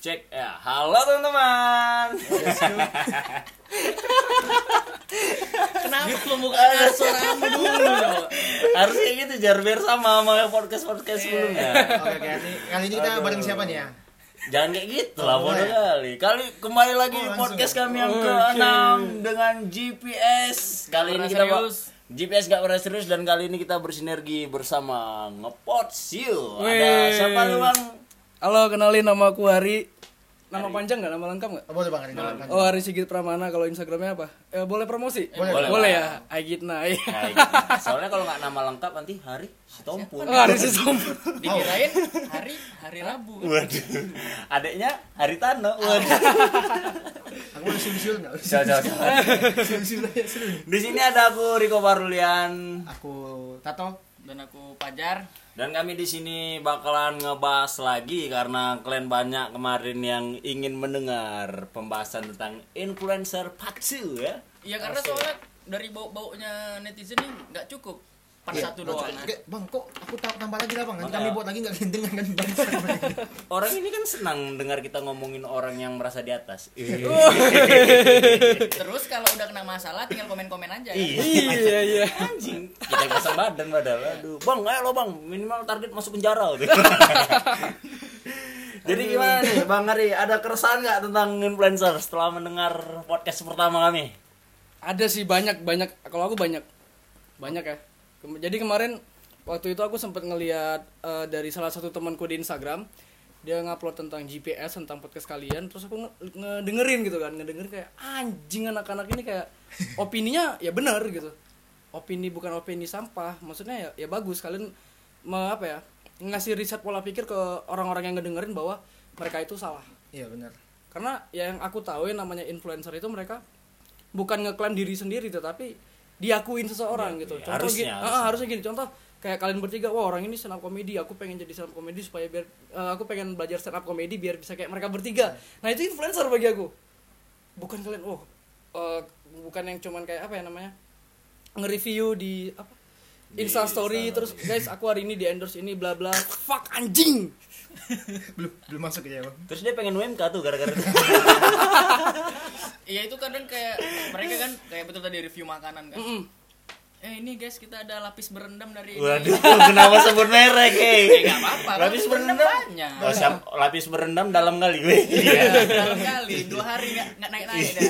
Cek ya, halo teman-teman. Kenapa pembukaan suaramu dulu? Harusnya gitu jar biar sama podcast sebelumnya. Oke, kali ini kita bareng siapa nih ya? Jangan kayak gitu lah, bodoh kali. Kembali lagi podcast kami yang ke-6 dengan GPS. Kali ini kita GPS gak pernah serius dan kali ini kita bersinergi bersama Ngepots You. Ada siapa lu Bang? Halo, kenalin nama aku Hari. Nama panjang nggak? Nama lengkap nggak? Boleh Bang, nama panjang. Oh, Hari Sigit Pramana. Kalau Instagramnya apa? Boleh promosi? Boleh ya. Agitna. Soalnya kalau nggak nama lengkap nanti Hari Sitompul. Oh, Hari Sitompul. Dikirain hari Rabu. Waduh. Adeknya Hari Tano. Waduh. Aku boleh siul nggak? Siul. Di sini ada aku Riko Parulian. Aku Tato. Dan aku Pajar. Dan kami di sini bakalan ngebahas lagi karena kalian banyak kemarin yang ingin mendengar pembahasan tentang influencer palsu ya. Iya karena soalnya dari bau-baunya netizen nih nggak cukup. Part Iya, 1 doang. Oke, Bang, kok aku tambah lagi lah Bang. Nanti Makanya. kami buat lagi enggak dengar kan Bang. Orang ini kan senang dengar kita ngomongin orang yang merasa di atas. Terus kalau udah kena masalah tinggal komen-komen aja. Iya. Anjing, kita pasang badan padahal. Aduh, Bang, ayo lo Bang, minimal target masuk penjara. Jadi gimana nih, Bang Ari? Ada keresahan nggak tentang influencer setelah mendengar podcast pertama kami? Ada sih banyak. Kalau aku banyak ya. Jadi kemarin waktu itu aku sempat ngelihat dari salah satu temanku di Instagram, dia ngupload tentang GPS, tentang podcast kalian, terus aku ngedengerin gitu kan, kayak anjing anak-anak ini kayak opininya ya benar gitu. Opini bukan opini sampah, maksudnya ya bagus kalian ngasih riset pola pikir ke orang-orang yang ngedengerin bahwa mereka itu salah. Iya, benar. Karena ya yang aku tahu yang namanya influencer itu mereka bukan ngeklaim diri sendiri tetapi diakuin seseorang Ya, gitu. ya, Contoh harusnya gini. Contoh kayak kalian bertiga, wah orang ini stand up comedy, aku pengen jadi stand up comedy supaya biar aku pengen belajar stand up comedy biar bisa kayak mereka bertiga. Nah, itu influencer bagi aku. Bukan kalian bukan yang cuman kayak apa ya namanya? Nge-review di Insta story terus guys aku hari ini di endorse ini bla bla. Fuck anjing. belum masuk ya Bang. Terus dia pengen UMK tuh gara-gara itu. Iya itu kadang kayak mereka kan kayak betul tadi review makanan kan. Ini guys kita ada lapis berendam dari ini. Waduh, kenapa sebut merek, Enggak apa-apa. Lapis berendam banyak. Oh, lapis berendam dalam kali gue. Iya, dalam kali 2 hari enggak naik-naik dah.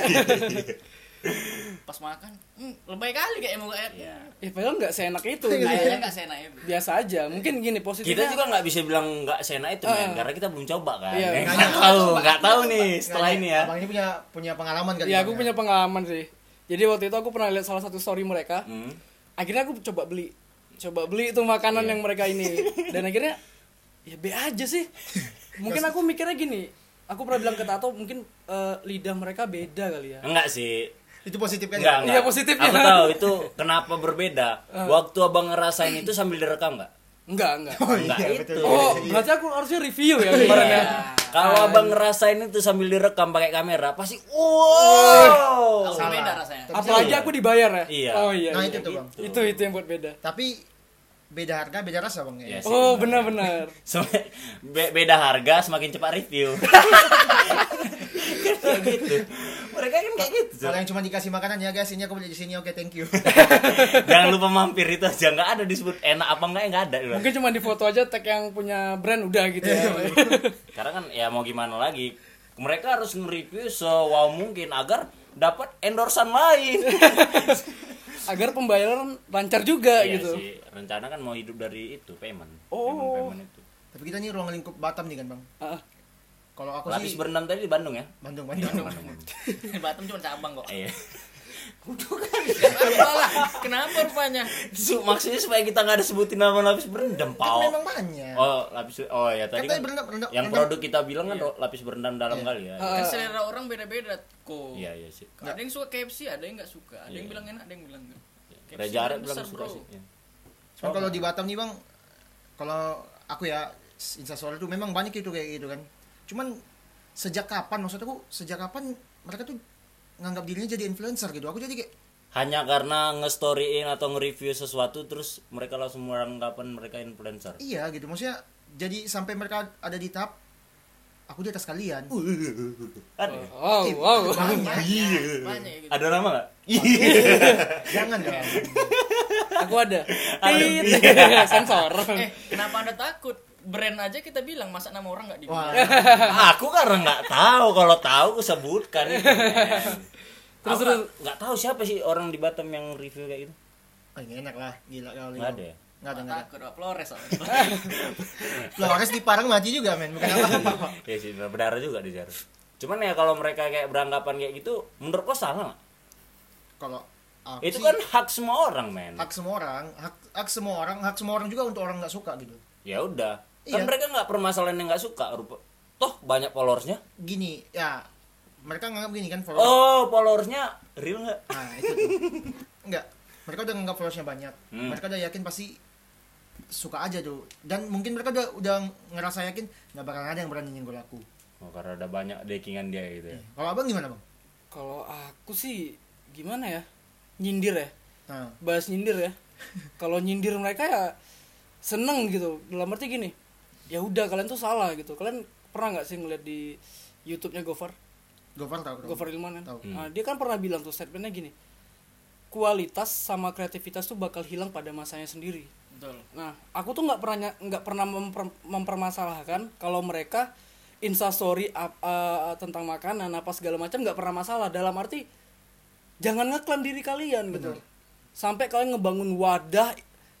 Pas makan, lebay kali kayak mau kayak. Ya padahal enggak seenak itu. Kayaknya enggak seenak itu. Biasa aja. Mungkin gini positifnya. Kita juga nggak bisa bilang nggak seenak itu, men, karena kita belum coba kan. Iya. Nggak tahu nih setelah ini ya. Abang ini punya pengalaman kan? Iya, Bang, aku punya pengalaman sih. Jadi waktu itu aku pernah lihat salah satu story mereka. Akhirnya aku coba beli itu makanan yang mereka ini. Dan akhirnya ya be aja sih. Mungkin aku mikirnya gini. Aku pernah bilang ke Tato mungkin lidah mereka beda kali ya. Enggak sih. Itu positif kan? Enggak. Iya, positifnya. Aku tahu itu kenapa berbeda. Waktu abang ngerasain itu sambil direkam nggak? Enggak. Enggak iya, itu. betul. Oh, berarti aku harusnya review ya kemarin ya. Kalau abang ngerasain itu sambil direkam pakai kamera pasti wow. Langsung beda rasanya. Apalagi aku dibayar ya. Iya. Oh iya. Nah, iya. itu tuh Bang. Itu yang buat beda. Tapi beda harga, beda rasa Bang ya. Iya sih, Oh, benar. Beda harga semakin cepat review. Kayak gitu. Mereka kan kayak gitu. Kalau yang cuma dikasih makanan ya guys, ini aku beli di sini, oke thank you. Jangan lupa mampir itu aja, nggak ada disebut enak apa nggak ada. Mungkin cuma di foto aja tag yang punya brand udah gitu ya. Karena kan ya mau gimana lagi, mereka harus nge-review sewow mungkin agar dapat endorsan lain. Agar pembayaran lancar juga Iya gitu. sih, rencana kan mau hidup dari itu payment. Oh. Payment itu. Tapi kita nih ruang lingkup Batam nih kan Bang. Ah. Kalau aku Lapis sih berendam tadi di Bandung ya? Bandung. Batam cuma cabang kok. Iya. Apa lah? Kenapa rupanya? Maksudnya supaya kita nggak ada sebutin nama lapis berendam, Kan Pau. memang banyak. Oh ya tadi Kan kan berendam- yang produk kita bilang kan lapis berendam dalam kali ya. Kan selera orang beda-beda kok. Iya sih. Ada yang suka KFC, ada yang nggak suka. Ada yang bilang enak, ada yang bilang enggak. Raja Arab bilang besar, suka bro. sih. Iya. Cuman kalau di Batam nih Bang, kalau aku ya Instastory itu memang banyak itu kayak gitu kan. Cuman sejak kapan mereka tuh nganggap dirinya jadi influencer gitu. Aku jadi kayak Hanya karena nge-storyin atau nge-review sesuatu terus mereka langsung meranggapan mereka influencer. iya gitu. Maksudnya jadi sampai mereka ada di tahap aku di atas kalian. Ada. Wow. Banyak gitu. Ada nama enggak? Jangan dong. Aku ada. Tit. Sensor. Kenapa Anda takut? Brand aja kita bilang, masa nama orang enggak dibilang? Aku karena nggak tahu, kalau tahu aku sebutkan. Terus nggak tahu siapa sih orang di Batam yang review kayak gitu. Oh, ini enak lah, gila kali. Nggak ada ya? Nggak ada. Takut Flores. Flores di Parang mati juga, men. Bukan apa-apa. Ya sih, berdarah juga di sana. Cuman ya kalau mereka kayak beranggapan kayak gitu, menurut lo salah nggak? Kalau aku Itu sih, kan hak semua orang, men. hak semua orang juga untuk orang nggak suka gitu. Ya udah. Kan Iya. mereka nggak permasalahan yang nggak suka. Toh banyak followersnya. Gini, ya mereka nganggap gini kan followers. Oh, followersnya real nggak? Nah, itu tuh. Enggak. Mereka udah nganggap followersnya banyak. Mereka udah yakin pasti suka aja tuh. Dan mungkin mereka udah ngerasa yakin nggak bakalan ada yang berani nyenggol aku. Oh, karena ada banyak dekingan dia gitu ya. Kalau abang gimana, bang? Kalau aku sih gimana ya? Nyindir ya. Nah, Bahas nyindir ya. Kalau nyindir mereka ya seneng gitu. Dalam arti gini. Ya udah kalian tuh salah gitu. Kalian pernah nggak sih ngeliat di YouTube-nya Gofar? Gofar tahu. Gofar Ilman kan? Tahu. Nah, dia kan pernah bilang tuh statementnya gini. Kualitas sama kreativitas tuh bakal hilang pada masanya sendiri. Betul. Nah, aku tuh nggak pernah mempermasalahkan kalau mereka instastory tentang makanan apa segala macam nggak pernah masalah. Dalam arti jangan ngeklaim diri kalian gitu. Sampai kalian ngebangun wadah,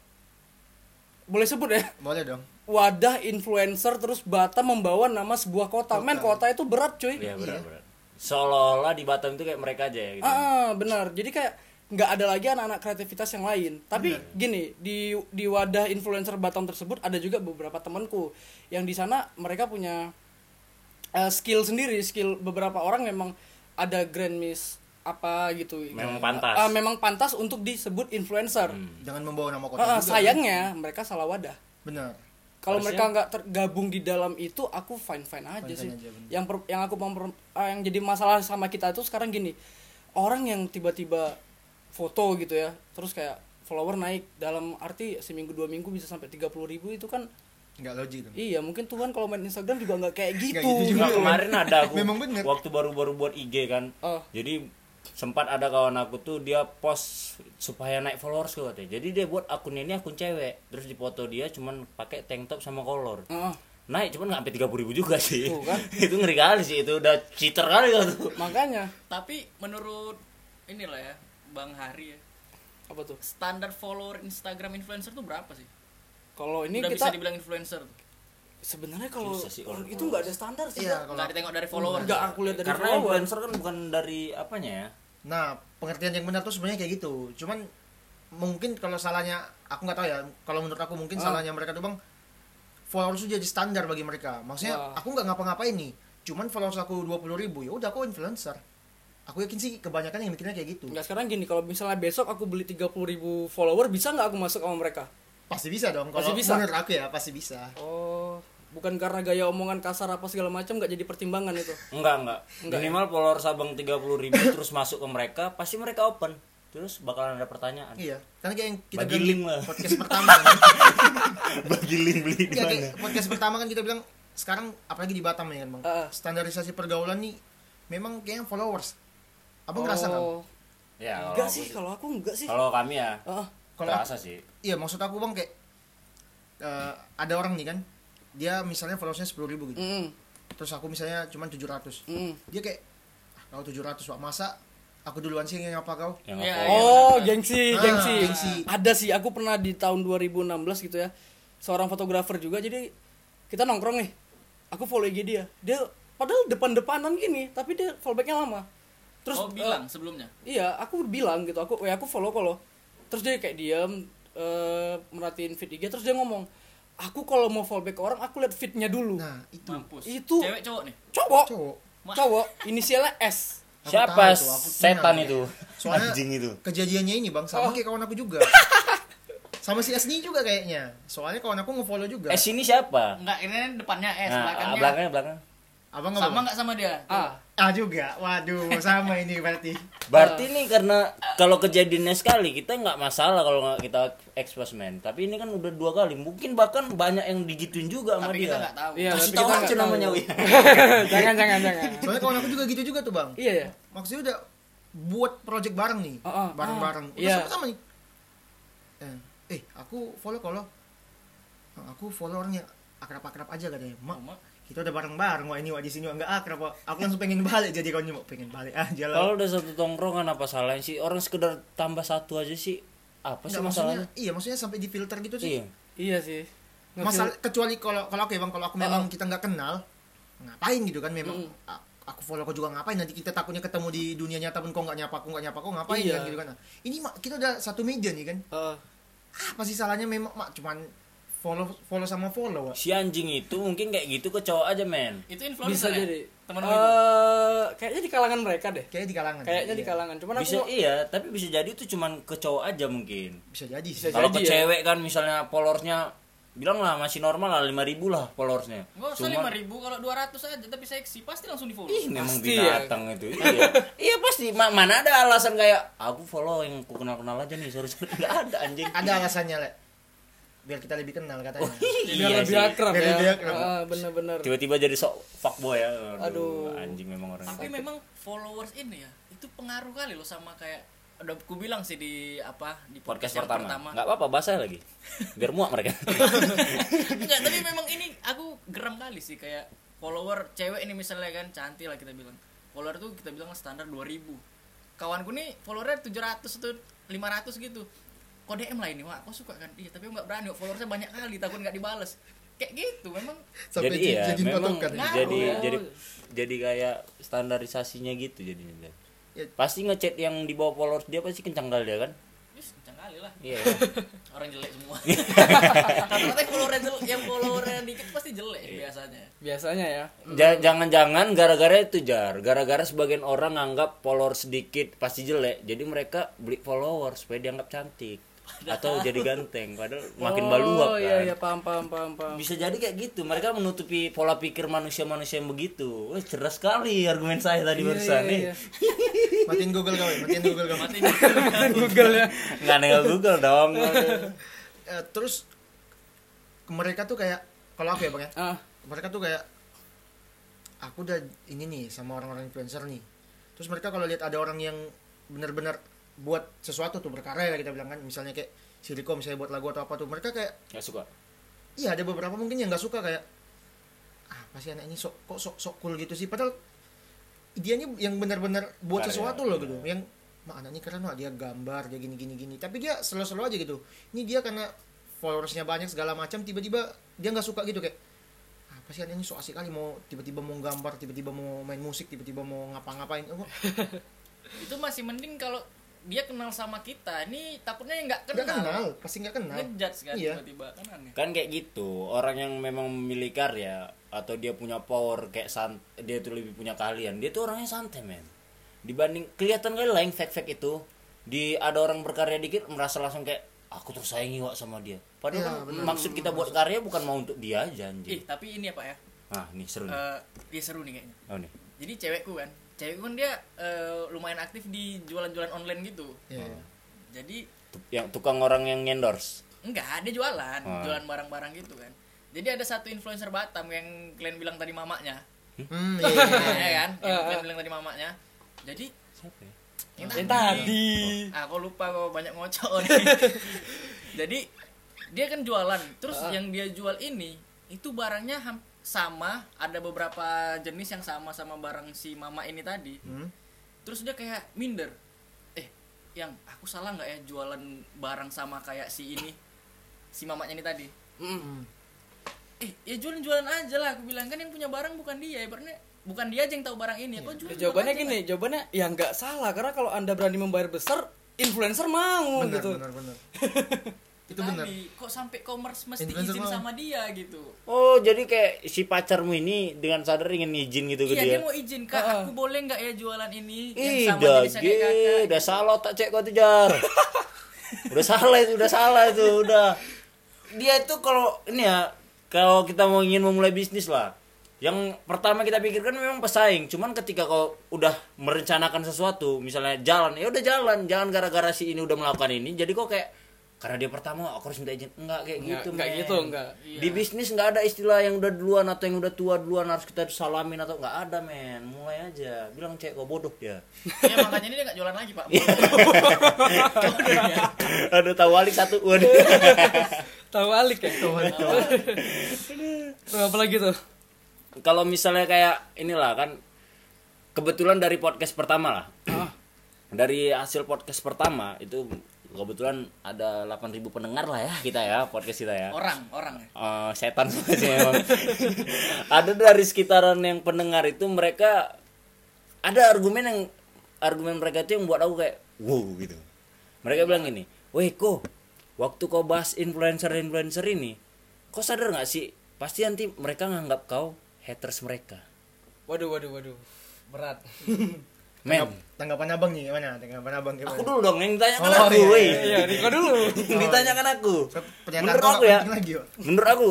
boleh sebut ya, Boleh dong. wadah influencer terus Batam membawa nama sebuah kota. Men, kota itu berat cuy. Iya, benar-benar. Seolah-olah di Batam itu kayak mereka aja ya gitu. Benar. Jadi kayak nggak ada lagi anak-anak kreativitas yang lain. Tapi gini, di wadah influencer Batam tersebut ada juga beberapa temanku yang di sana mereka punya skill sendiri. Skill beberapa orang memang ada Grand Miss apa gitu. Memang pantas. Memang pantas untuk disebut influencer. Jangan membawa nama kota juga. Sayangnya mereka salah wadah. Benar. Kalau Harusnya- mereka nggak tergabung di dalam itu, aku fine aja Fine-fine sih. aja, bener. Yang aku yang jadi masalah sama kita itu sekarang gini, orang yang tiba-tiba foto gitu ya, terus kayak follower naik dalam arti seminggu 2 minggu bisa sampai 30.000 itu kan, Nggak logik dong. iya mungkin Tuhan kalau main Instagram juga nggak kayak gitu. gitu juga. Nah, kemarin ada aku Memang bener. waktu baru-baru buat IG kan. Oh. Jadi sempat ada kawan aku tuh dia post supaya naik followers katanya. Jadi dia buat akunnya ini akun cewek. Terus dipoto dia cuman pakai tank top sama kolor. Heeh. Naik cuman nggak sampai 30.000 juga sih. Tuh kan. Itu ngeri kali sih, itu udah cheater kali kan tuh. Makanya Tapi menurut inilah ya, Bang Hari ya, apa tuh? standar follower Instagram influencer tuh berapa sih? Kalau ini Udah kita bisa dibilang influencer tuh. sebenarnya kalau Susah sih kalau itu nggak ada standar sih. Iya, Kak. kalau Nggak ditengok dari follower. Nggak aku lihat dari Karena follower. influencer kan bukan dari apanya ya. Nah, pengertian yang benar tuh sebenarnya kayak gitu. Cuman mungkin kalau salahnya aku nggak tahu ya. Kalau menurut aku mungkin salahnya mereka tuh, Bang, followers tuh jadi standar bagi mereka. Maksudnya Wah. aku nggak ngapa-ngapain nih. Cuman followers aku 20.000, ya udah aku influencer. Aku yakin sih kebanyakan yang mikirnya kayak gitu. Nggak, sekarang gini, kalau misalnya besok aku beli 30.000 follower, bisa nggak aku masuk sama mereka? Pasti bisa dong. Pasti Kalau bisa. menurut aku ya pasti bisa. Oh, bukan karena gaya omongan kasar apa segala macam nggak jadi pertimbangan itu. Enggak. Enggak, Minimal followers abang 30.000 terus masuk ke mereka, pasti mereka open. Terus bakalan ada pertanyaan. Iya. Karena kayak yang kita Bagi bilang link di lah. podcast pertama kan. Bagi link beli di Iya, kayak mana? podcast pertama kan kita bilang sekarang apalagi di Batam ya kan, Bang. Standarisasi pergaulan nih memang kayaknya followers. Abang ngerasa kan? Ya, kalau Enggak aku sih, kalau aku enggak sih. Kalau kami ya, Heeh. Kalau kerasa sih. Iya, maksud aku, Bang, kayak ada orang nih kan, dia misalnya followersnya 10.000 gitu. Terus aku misalnya cuma 700. Dia kayak, kau 700, Pak, masa aku duluan sih yang apa kau? Yang Iya, apa? iya. Oh, gengsi. gengsi. Ada sih, aku pernah di tahun 2016 gitu ya. Seorang fotografer juga, jadi kita nongkrong nih. Aku follow IG dia. Dia padahal depan-depanan gini, tapi dia fallbacknya lama. Terus Oh, bilang sebelumnya. iya, aku bilang gitu, aku follow. Terus dia kayak diam, merhatiin feed IG, terus dia ngomong, aku kalau mau fallback ke orang, aku lihat feednya dulu. Nah, itu. Mampus. Itu- Cewek cowok nih. Cowok, Cowok. inisialnya S. Aku Siapa tahu tuh, aku setan kenal. itu? Soalnya Anjing itu. kejadiannya ini, Bang, sama kayak kawan aku juga. Sama si Asni juga kayaknya. Soalnya kawan aku nge-follow juga. S ini siapa? Enggak, ini depannya S, Nah, belakangnya. belakangnya. Abang Sama nggak sama dia? juga. Waduh, sama ini berarti. Berarti nih karena kalau kejadiannya sekali kita nggak masalah kalau nggak kita expose men. Tapi ini kan udah 2 kali. Mungkin bahkan banyak yang digituin juga sama Tapi kita dia. nggak tahu. Iya, Kasih tapi tahu kita aja nggak namanya tahu. Wi. jangan. Soalnya kawan aku juga gitu juga tuh, Bang. Iya ya. Maksudnya udah buat project bareng nih. Bareng-bareng. Udah Iya. sama-sama nih. Aku follow kalau aku follow orang yang akrab-akrab aja katanya. Mak, kita udah bareng-bareng, wah ini wah di sini wah enggak akrab, wah. Aku langsung pengen balik jadi kawan mau pengen balik aja lah. Kalau udah satu tongkrongan apa salahnya sih? Orang sekedar tambah satu aja sih. Apa sih Nggak, masalahnya? maksudnya sampai di filter gitu sih. Iya. Iya sih. Masalah kecuali kalau aku ya Bang, kalau aku memang kita nggak kenal, ngapain gitu kan memang. Aku follow kau juga ngapain, nanti kita takutnya ketemu di dunia nyata pun kau nggak nyapa aku ngapain Iya. kan gitu kan. Nah, ini kita udah satu meja nih kan. Apa sih salahnya memang cuman follow sama follow. Si anjing itu mungkin kayak gitu ke cowok aja men. Itu Bisa influencer ya? jadi. Temen lu itu? Kayaknya di kalangan mereka deh. Kayaknya di kalangan. Kayaknya Iya. di kalangan. Cuman Bisa aku iya, tapi bisa jadi itu cuman ke cowok aja mungkin. Bisa jadi Bisa sih. Kalau ke jadi ya. cewek kan misalnya followersnya bilang lah masih normal lah 5.000 lah followersnya. Nggak usah 5.000, kalau 200 aja tapi seksi pasti langsung di follow. Ih memang Pasti ya. binatang itu. Iya. Iya pasti. Mana ada alasan kayak aku follow yang ku kenal aja nih. Sorry nggak ada anjing. Ada alasannya, Le. Biar kita lebih kenal katanya. biar lebih sih. akrab Biar ya. lebih akrab. Bener-bener. Tiba-tiba jadi sok fuckboy ya. Aduh. Anjing memang orang. Tapi memang followers ini ya, itu pengaruh kali loh sama kayak udah aku bilang sih di Podcast yang pertama. Enggak apa-apa bahasa lagi. Biar muak mereka. Enggak, tapi memang ini aku geram kali sih kayak follower cewek ini misalnya kan cantik lah kita bilang. Follower tuh kita bilang standar 2.000. Kawanku nih followernya 700 atau 500 gitu. Kok DM lah ini, wah aku suka kan. Iya, tapi aku nggak berani, followersnya banyak kali, takut nggak dibales. Kayak gitu, memang. Sampai Jadi iya, jadi memang patokan. jadi kayak standarisasinya gitu jadinya. Ya. Pasti ngechat yang di bawah followers dia pasti kencang kali dia kan? Wis, kencang kali lah. Iya. Orang jelek semua. Rata-rata yang followernya dikit pasti jelek biasanya. Biasanya ya. Jangan-jangan gara-gara itu gara-gara sebagian orang nganggap followers sedikit pasti jelek, jadi mereka beli followers supaya dianggap cantik atau jadi ganteng, padahal makin baluak kan. Iya, paham. Bisa jadi kayak gitu, mereka menutupi pola pikir manusia-manusia yang begitu. Wah, cerdas sekali argumen saya tadi barusan nih. Iya. Matiin Google kau. Mati Google ya. Nggak nengok Google dong. Terus mereka tuh kayak kalau aku ya Bang ya. Mereka tuh kayak aku udah ini nih sama orang-orang influencer nih. Terus mereka kalau lihat ada orang yang benar-benar buat sesuatu tuh berkarya kita bilang kan, misalnya kayak si Riko misalnya buat lagu atau apa tuh, mereka kayak Nggak suka. iya ada beberapa mungkin yang nggak suka kayak apa sih anak ini sok cool gitu sih, padahal dia yang benar-benar buat Karya, sesuatu loh iya. gitu, yang anak ini keren lah, dia gambar dia gini tapi dia selalu aja gitu. Ini dia karena followersnya banyak segala macam, tiba-tiba dia nggak suka gitu kayak apa sih anak ini sok asik kali, mau tiba-tiba mau gambar, tiba-tiba mau main musik, tiba-tiba mau ngapa-ngapain. Itu masih mending kalau dia kenal sama kita. Ini takutnya yang nggak Nggak kenal. kenal, pasti nggak kenal. Ngejudge kan Iya. tiba-tiba kan aneh. Kan kayak gitu, orang yang memang memiliki karya atau dia punya power kayak dia tuh lebih punya keahlian, dia tuh orangnya santai men. Dibanding kelihatan kali lah yang fake itu, ada orang berkarya dikit merasa langsung kayak aku tersaingi wak sama dia. Padahal kan maksud kita buat karya bukan mau untuk dia aja anjing. Tapi ini apa ya? Nah, nih seru nih. Dia seru nih kayaknya. Oh nih. Jadi cewekku kan dia lumayan aktif di jualan-jualan online gitu. Iya. Jadi Yang tukang orang yang endorse. enggak, dia jualan barang-barang gitu kan. Jadi ada satu influencer Batam yang kalian bilang tadi mamanya. Iya. Ya kan? Yang kalian bilang tadi mamanya. Jadi Siapa ya? Yang tadi. Aku lupa kok, banyak ngocok nih. Jadi dia kan jualan. Terus yang dia jual ini itu barangnya sama, ada beberapa jenis yang sama barang si mama ini tadi. Terus dia kayak minder. Yang aku salah nggak ya jualan barang sama kayak si ini, si mamanya ini tadi? Ya jualan aja lah, aku bilang kan yang punya barang bukan dia, ibaratnya bukan dia aja yang tahu barang ini. Kok jualan Jawabannya aja gini, lah. jawabannya ya nggak salah karena kalau Anda berani membayar besar, influencer mau Benar, gitu. benar. Itu benar. Tadi, kok sampai commerce mesti Influencer izin mau. sama dia gitu. Oh, jadi kayak si pacarmu ini dengan sadar ingin izin gitu ke Iya, dia. dia mau izin, Kak, aku boleh nggak ya jualan ini yang Ih, sama jenisnya kayak kakak? udah salah tak cek kau tuh Jar. udah salah itu, udah. Dia itu kalau ini ya, kalau kita mau ingin memulai bisnis lah, Yang pertama kita pikirkan memang pesaing, cuman ketika kau udah merencanakan sesuatu, misalnya jalan, ya udah jalan, jangan gara-gara si ini udah melakukan ini, jadi kok kayak karena dia pertama aku harus minta izin, enggak kayak gitu, enggak men. gitu, enggak. Di bisnis enggak ada istilah yang udah duluan atau yang udah tua duluan harus kita salamin atau enggak ada, men. Mulai aja, bilang cek kok bodoh dia. Ya makanya ini dia nggak jualan lagi, Pak. Aduh, tahu alik satu, waduh. Tahu alik ya? Tuh, apa lagi tuh? Kalau misalnya kayak inilah kan kebetulan dari podcast pertama lah. Dari hasil podcast pertama itu kebetulan ada 8.000 pendengar lah ya kita ya, podcast kita ya. Orang. Setan sih emang. Ada dari sekitaran yang pendengar itu mereka ada argumen mereka itu yang buat aku kayak wow gitu. Mereka bilang gini, "Weh, kok waktu kau bahas influencer ini, kau sadar nggak sih pasti nanti mereka nganggap kau haters mereka." Waduh. Berat. Men, Tanggapan abang nih gimana? Tanggapan abang gimana? aku dulu dong yang ditanyakan Oh, aku, iya, weh. Iya, Riko dulu. Yang ditanyakan aku. Pernyataan Menurut kau aku nggak ya. penting lagi, Yo. Menurut aku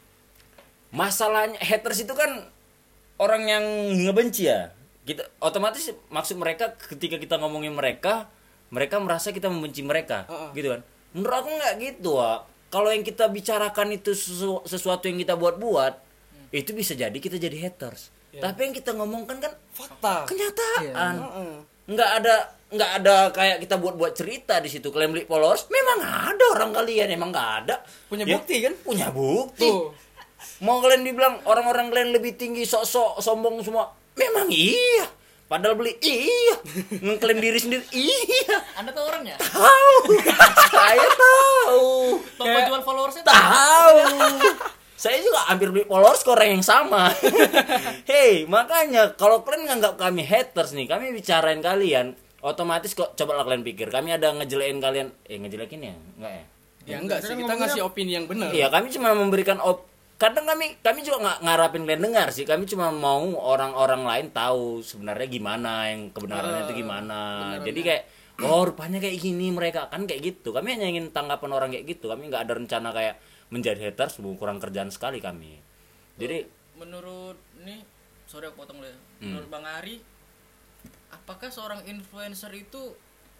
masalahnya haters itu kan orang yang ngebenci ya. Kita otomatis maksud mereka ketika kita ngomongin mereka merasa kita membenci mereka, gitu kan. Menurut aku nggak gitu, Wak. Kalau yang kita bicarakan itu sesuatu yang kita buat-buat, itu bisa jadi kita jadi haters. Tapi yang kita ngomongkan kan Fakta. kenyataan. Nggak ada kayak kita buat cerita di situ. Kalian beli followers, memang ada orang kalian, emang nggak ada. Punya Ya, bukti kan? Punya bukti. Tuh. Mau kalian dibilang orang-orang kalian lebih tinggi, sok-sok sombong semua, memang iya. Padahal beli iya, ngeklaim diri sendiri iya. Anda tahu orangnya? Tahu, saya tahu. Toko jual followersnya Tahu. Saya juga hampir beli followers ke orang yang sama. Hei, makanya kalau kalian nganggap kami haters nih, kami bicarain kalian, otomatis kok coba kalian pikir, kami ada ngejelekin kalian, ngejelekin ya? Enggak ya? Ya enggak sih, kita ngasih opini yang benar. Iya, kami cuma memberikan kadang kami juga nggak ngarapin kalian dengar sih, kami cuma mau orang-orang lain tahu sebenarnya gimana yang kebenarannya itu gimana. Jadi kayak rupanya kayak gini mereka kan kayak gitu. Kami hanya ingin tanggapan orang kayak gitu. Kami nggak ada rencana kayak menjadi haters, kurang kerjaan sekali kami. Jadi menurut nih, sorry aku potong dulu ya. Menurut Bang Ari, apakah seorang influencer itu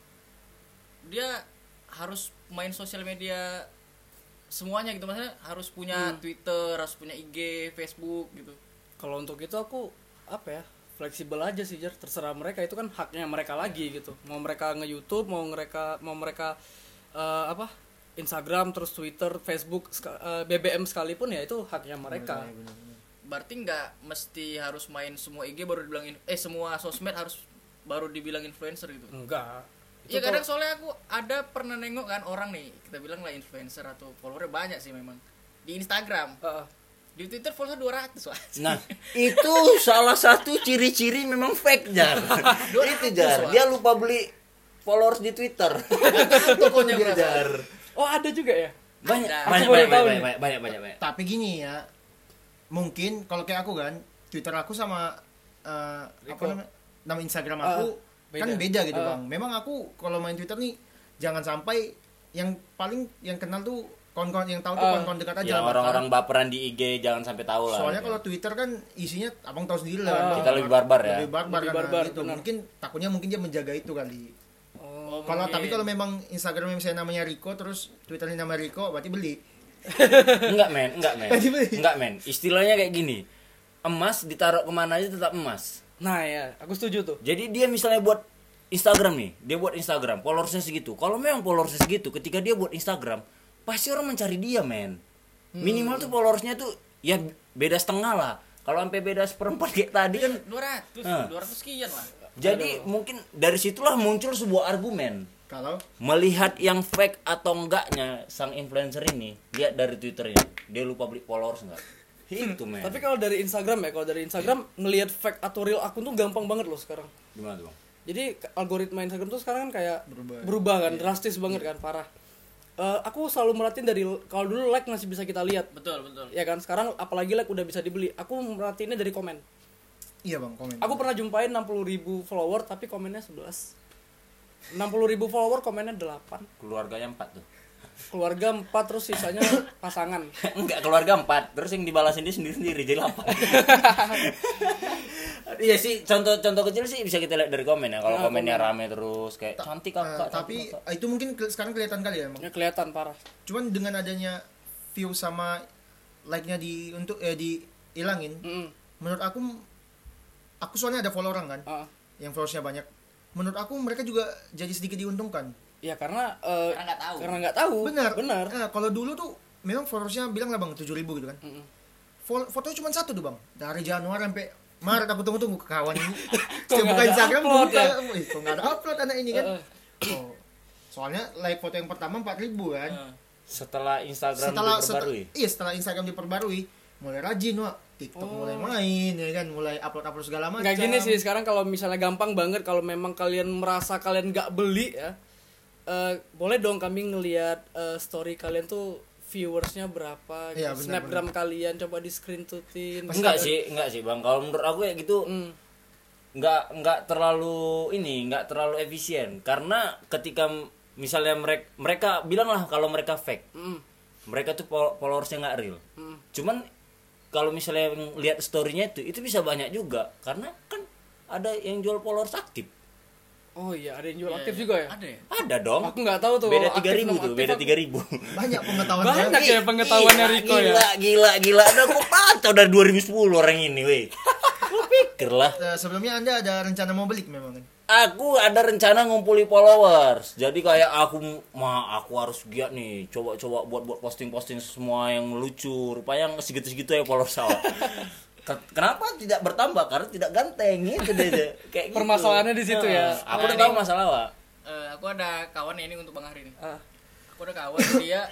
dia harus main sosial media semuanya gitu, maksudnya harus punya Twitter, harus punya IG, Facebook gitu? Kalau untuk itu aku apa ya, fleksibel aja sih, Jar. Terserah mereka, itu kan haknya mereka lagi gitu. Mau mereka nge-YouTube, mau mereka Instagram, terus Twitter, Facebook, BBM sekalipun, ya itu haknya mereka. Berarti nggak mesti harus main semua IG baru dibilang semua sosmed harus baru dibilang influencer gitu? Enggak. Iya, kadang soalnya aku ada pernah nengok kan orang nih, kita bilang lah influencer atau followernya banyak sih memang di Instagram. Di Twitter follower 200 wah. nah, itu salah satu ciri-ciri memang fake, Jar. Itu, Jar. Dia lupa beli followers di Twitter. Tokonya Dia, Jar. Oh, ada juga ya? Banyak. Tapi gini ya, mungkin kalau kayak aku kan, Twitter aku sama nama Instagram aku kan beda gitu, Bang. Memang aku kalau main Twitter nih jangan sampai yang kenal tuh kawan-kawan yang tahu tuh kawan-kawan dekat aja. Ya, orang-orang baperan di IG jangan sampai tahu lah. Soalnya kalau Twitter kan isinya abang tahu sendiri lah. Kita lebih barbar ya. Lebih barbar gitu. benar. Mungkin dia menjaga itu kali. Tapi kalau memang Instagramnya misalnya namanya Riko, terus Twitternya nama Riko, berarti beli. Enggak men. Istilahnya kayak gini. Emas ditaruh kemana aja tetap emas. Nah ya, aku setuju tuh. Jadi dia misalnya buat Instagram nih, dia buat Instagram, followersnya segitu. Kalau memang followersnya segitu, ketika dia buat Instagram, pasti orang mencari dia, men. Minimal tuh followersnya tuh ya beda setengah lah. Kalau sampai beda seperempat kayak tadi kan 200 sekian lah. Jadi mungkin dari situlah muncul sebuah argumen. Kalau Melihat yang fake atau enggaknya sang influencer ini, lihat dari Twitternya, dia lupa beli followers enggak? Itu, men. Tapi kalau dari Instagram ngelihat fake atau real akun tuh gampang banget loh sekarang. Gimana tuh, Bang? Jadi algoritma Instagram tuh sekarang kan kayak berubah kan, drastis banget kan, parah. Aku selalu merhatiin dari kalau dulu like masih bisa kita lihat. Betul. Ya kan, sekarang apalagi like udah bisa dibeli. Aku merhatiinnya dari komen. iya, Bang, komen. Aku pernah jumpain 60.000 follower tapi komennya 11. 60.000 follower komennya 8. Keluarganya 4 tuh. keluarga 4 terus sisanya pasangan. Enggak, keluarga 4 terus yang dibalasin dia sendiri jadi 8. Iya sih, contoh kecil sih bisa kita lihat dari komen ya. Kalau komennya rame terus kayak cantik kakak. Tapi itu mungkin sekarang kelihatan kali ya emang. Ya kelihatan parah. Cuman dengan adanya view sama like-nya dihilangin, menurut aku soalnya ada follow orang kan, yang followersnya banyak. Menurut aku mereka juga jadi sedikit diuntungkan. Ya karena karena nggak tahu. Benar. Benar. Kalau dulu tuh memang followersnya bilang lah bang 7.000 gitu kan. Fotonya cuma satu tuh bang. Dari Januari sampai Maret aku tunggu ke kawan ini. Setiap buka Instagram upload, buka, ya? kok nggak ada upload anak ini kan. Soalnya like foto yang pertama 4.000 kan. Setelah Instagram diperbarui. Setelah Instagram diperbarui, mulai rajin wah. TikTok mulai main ya kan, mulai upload segala macam. Nggak gini sih sekarang, kalau misalnya gampang banget kalau memang kalian merasa kalian nggak beli ya, boleh dong kami ngelihat story kalian tuh viewersnya berapa, Iya, snapgram kalian coba di screenshotin. Enggak sih bang, kalau menurut aku ya gitu nggak terlalu efisien, karena ketika misalnya mereka bilang lah kalau mereka fake, mereka tuh followersnya nggak real, cuman kalau misalnya lihat storynya itu bisa banyak juga, karena kan ada yang jual followers aktif. Oh iya, ada yang jual aktif juga ya? Ada ya? Ada dong. Aku nggak tahu tuh. Beda aktif 3.000 tuh, beda 3.000. Banyak pengetahuan Banyak ya pengetahuannya Riko ya. Gila. Ada aku pantau dari 2010 orang ini, weh. Lu pikir lah. Sebelumnya Anda ada rencana mau beli memang kan? Aku ada rencana ngumpuli followers. Jadi kayak aku harus giat nih, coba buat posting semua yang lucu. Rupanya segitu-segitu ya followers awal. Kenapa tidak bertambah? Karena tidak ganteng gitu deh. Kayak permasalahannya gitu. Di situ ya. Aku udah tahu masalah, Pak. Aku ada kawan ini untuk Bang Hari nih. Aku ada kawan dia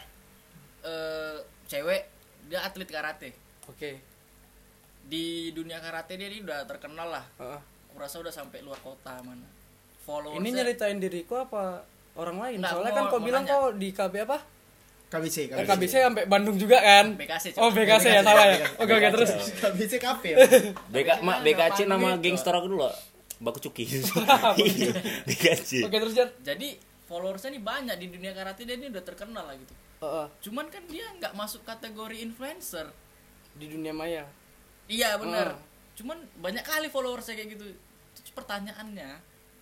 cewek, dia atlet karate. Oke. Di dunia karate dia udah terkenal lah. Aku rasa udah sampai luar kota mana. Followersnya. Ini nyeritain diriku apa orang lain? Nggak, soalnya kan kau bilang nanya. kau di KB apa? KBC sampai Bandung juga kan? BKC. Oh BKC ya, salah ya. Oke terus. KBC kafe. BKC nama gangster aku dulu. Baku Cuki. BKC. Oke terus Jan. Jadi followersnya nih banyak di dunia karate, dia ini udah terkenal lah gitu. Cuman kan dia nggak masuk kategori influencer Di dunia maya. Iya benar. Cuman banyak kali followersnya kayak gitu. Terus pertanyaannya,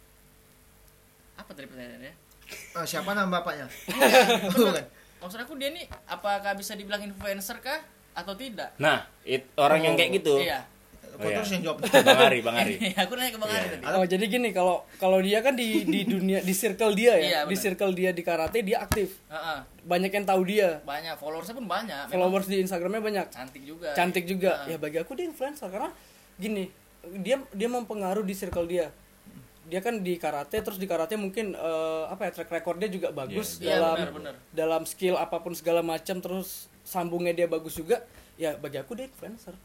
apa tadi pertanyaannya? Siapa nama bapaknya? Bukan. Maksud aku dia nih apakah bisa dibilang influencer kah atau tidak? Nah, orang yang kayak gitu. Iya. Kok terus yang jawab? Bang Ari. Aku nanya ke Bang Ari tadi. Oh jadi gini, kalau dia kan di dunia, di circle dia ya, Iya, di bener. circle dia di karate dia aktif. Heeh. Banyak yang tahu dia. Banyak followersnya pun banyak. Memang Followers di Instagramnya banyak. cantik juga. Ya bagi aku dia influencer karena gini, dia mempengaruhi di circle dia. Dia kan di karate, terus di karate mungkin track recordnya juga bagus benar. dalam skill apapun segala macam, terus sambungnya dia bagus juga. Ya bagi aku dia influencer.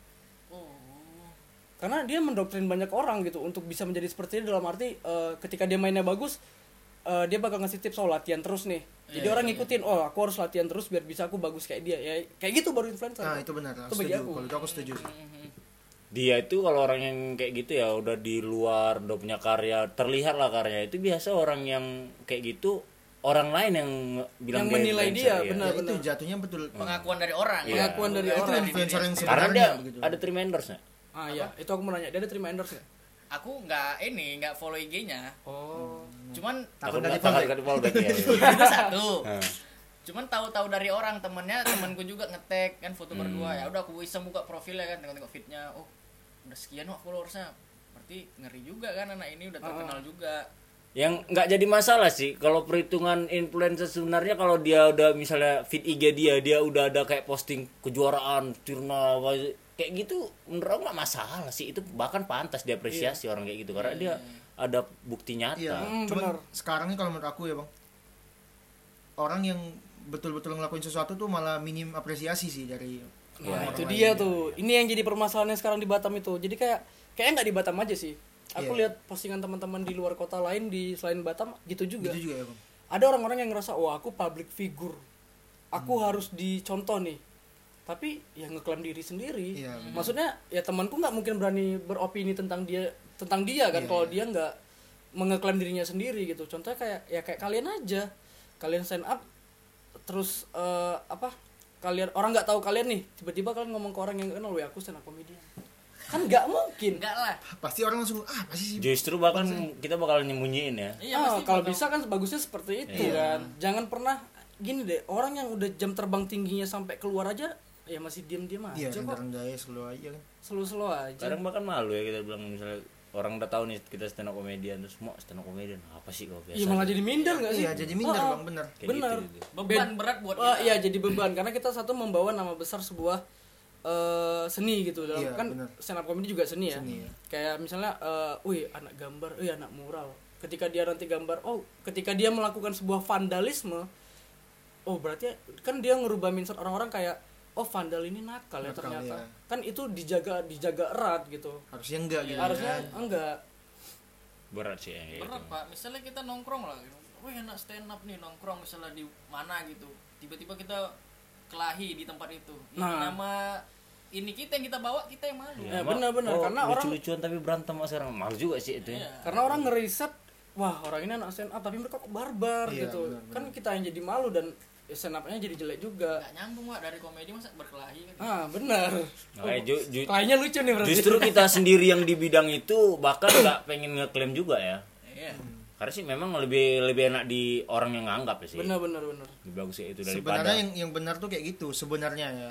Karena dia mendoktrin banyak orang gitu untuk bisa menjadi seperti dia, dalam arti ketika dia mainnya bagus, dia bakal ngasih tips latihan terus nih. Jadi orang ngikutin, aku harus latihan terus biar bisa aku bagus kayak dia. Ya kayak gitu baru influencer. Nah, itu benar. Itu bagi aku. Kalau itu aku setuju. Dia itu kalau orang yang kayak gitu ya udah di luar, udah punya karya, terlihat lah karyanya. Itu biasa orang yang kayak gitu, orang lain yang bilang yang dia menilai influencer, dia, ya. benar. Itu jatuhnya betul. Pengakuan dari orang. Iya. Pengakuan dari Itu orang. influencer yang Karena dia sebenarnya begitu. ada terima endorse nya. Iya, itu aku mau nanya, dia ada terima endorse nggak? Aku nggak follow IG-nya. Oh. Cuman Takut Takut nggak di fallback ya. itu satu. Cuman tahu-tahu dari orang, temanku juga nge-tag kan foto berdua. Ya udah aku iseng buka profilnya kan, tengok feed-nya. Oh, udah sekian followersnya. Berarti ngeri juga kan anak ini udah terkenal juga. Yang nggak jadi masalah sih kalau perhitungan influencer sebenarnya, kalau dia udah misalnya feed IG dia udah ada kayak posting kejuaraan Tirna kayak gitu, menurut aku nggak masalah sih, itu bahkan pantas diapresiasi orang kayak gitu karena dia ada bukti nyata. Iya. Cuman sekarang nih kalau menurut aku ya bang, orang yang betul-betul ngelakuin sesuatu tuh malah minim apresiasi sih dari Nah, itu dia tuh. Ini yang jadi permasalahannya sekarang di Batam itu. Jadi kayaknya nggak di Batam aja sih. Aku lihat postingan teman-teman di luar kota lain di selain Batam gitu juga. Gitu juga ya bang. Ada orang-orang yang ngerasa, aku public figure. Aku harus dicontoh nih. Tapi ya ngeklaim diri sendiri. Iya, Maksudnya ya temanku nggak mungkin berani beropini tentang dia kan kalau dia nggak mengeklaim dirinya sendiri gitu. Contohnya kayak kalian aja. Kalian stand up terus apa kalian orang nggak tahu kalian nih tiba-tiba kalian ngomong ke orang yang nggak kenal, "Weh, aku stand up comedian." Kan nggak mungkin. Enggak lah. Pasti orang langsung pasti sih. Justru bahkan kita bakal nyembunyiin ya. Iya, pasti Kalau bakal- bisa kan bagusnya seperti itu kan. Jangan pernah gini deh, orang yang udah jam terbang tingginya sampai keluar aja ya masih diam-diam Iya, aja kok. rendah ya slow aja kan. Slow-slow aja. Kadang bahkan malu ya kita bilang misalnya orang udah tahu nih kita stand up comedian terus mau stand up comedian apa sih kok biasa. Iya malah jadi minder nggak sih? Iya, jadi minder Bang, bener. Kayak bener. gitu. beban berat buat Oh kita. iya jadi beban karena kita satu membawa nama besar sebuah seni gitu dalam Iya, kan bener. stand up comedy juga seni ya. Seni, ya. Kayak misalnya wih anak gambar, anak mural. Ketika dia nanti gambar, ketika dia melakukan sebuah vandalisme, berarti kan dia ngerubah mindset orang-orang kayak vandal ini nakal ya Nakal, ternyata. ya. Kan itu dijaga erat gitu. Harusnya enggak gitu. Harusnya kan. enggak. Berat sih ya kayak Berat gitu. Pak, misalnya kita nongkrong lah gitu. Wih enak stand up nih nongkrong misalnya di mana gitu. Tiba-tiba kita kelahi di tempat itu. Nah. Nama ini kita yang kita bawa, kita yang malu. Ya, benar-benar. Karena orang- lucu-lucuan tapi berantem sama sekarang malu juga sih itu ya. Iya. Karena orang ngeriset, wah orang ini anak stand up tapi mereka kok barbar Iya, gitu. benar-benar. Kan kita yang jadi malu dan stand up-nya jadi jelek juga. Gak nyambung Pak, dari komedi masa berkelahi kan. Benar. Makanya Kayaknya lucu nih berarti. justru kita sendiri yang di bidang itu bahkan nggak pengen ngeklaim juga ya. Iya. Karena sih memang lebih enak di orang yang nganggap ya sih. Benar. Lebih bagus sih itu daripada Sebenarnya yang benar tuh kayak gitu sebenarnya ya.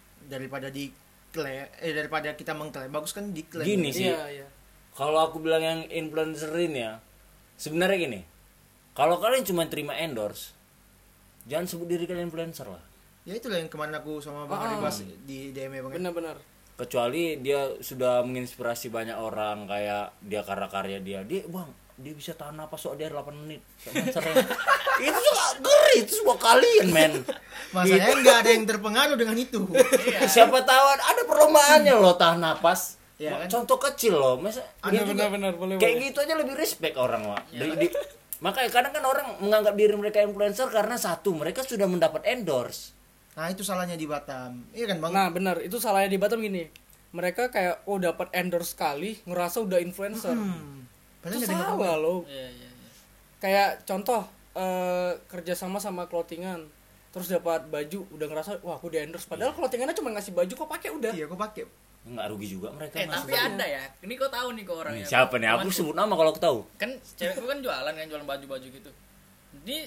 Daripada kita mengklaim, bagus kan diklaim. Gini sih. Iya. Kalau aku bilang yang influencerin ya, sebenarnya gini. Kalau kalian cuma terima endorse, jangan sebut diri kalian influencer lah. Ya itulah yang kemarin aku sama Bang Ari bahas di DM-nya Bang. Benar. Kecuali dia sudah menginspirasi banyak orang kayak dia karya Bang, dia bisa tahan napas soal dia 8 menit. Itu juga ngeri, itu semua kalian men. Masalahnya enggak ada yang terpengaruh dengan itu. Siapa tahu ada perlombaannya loh tahan napas. Iya kan? Contoh kecil loh, masa dia juga Benar. Boleh. kayak gitu aja lebih respect orang Wak. Makanya kadang kan orang menganggap diri mereka influencer karena satu mereka sudah mendapat endorse. Nah, itu salahnya di Batam. Iya kan, Bang? Nah, benar. Itu salahnya di Batam gini. Mereka kayak dapat endorse sekali, ngerasa udah influencer. Padahal Itu nggak ada yang salah loh. Iya. Kayak contoh kerja sama clothingan. Terus dapat baju, udah ngerasa wah aku di endorse. Padahal clothingannya cuma ngasih baju kok pakai udah. Iya, aku pakai. Nggak rugi juga mereka. Tapi ada ya. Ini kau tahu nih kau orangnya. Siapa nih? Aku sebut nama kalau aku tahu. Kan cewekku kan jualan baju-baju gitu. Ini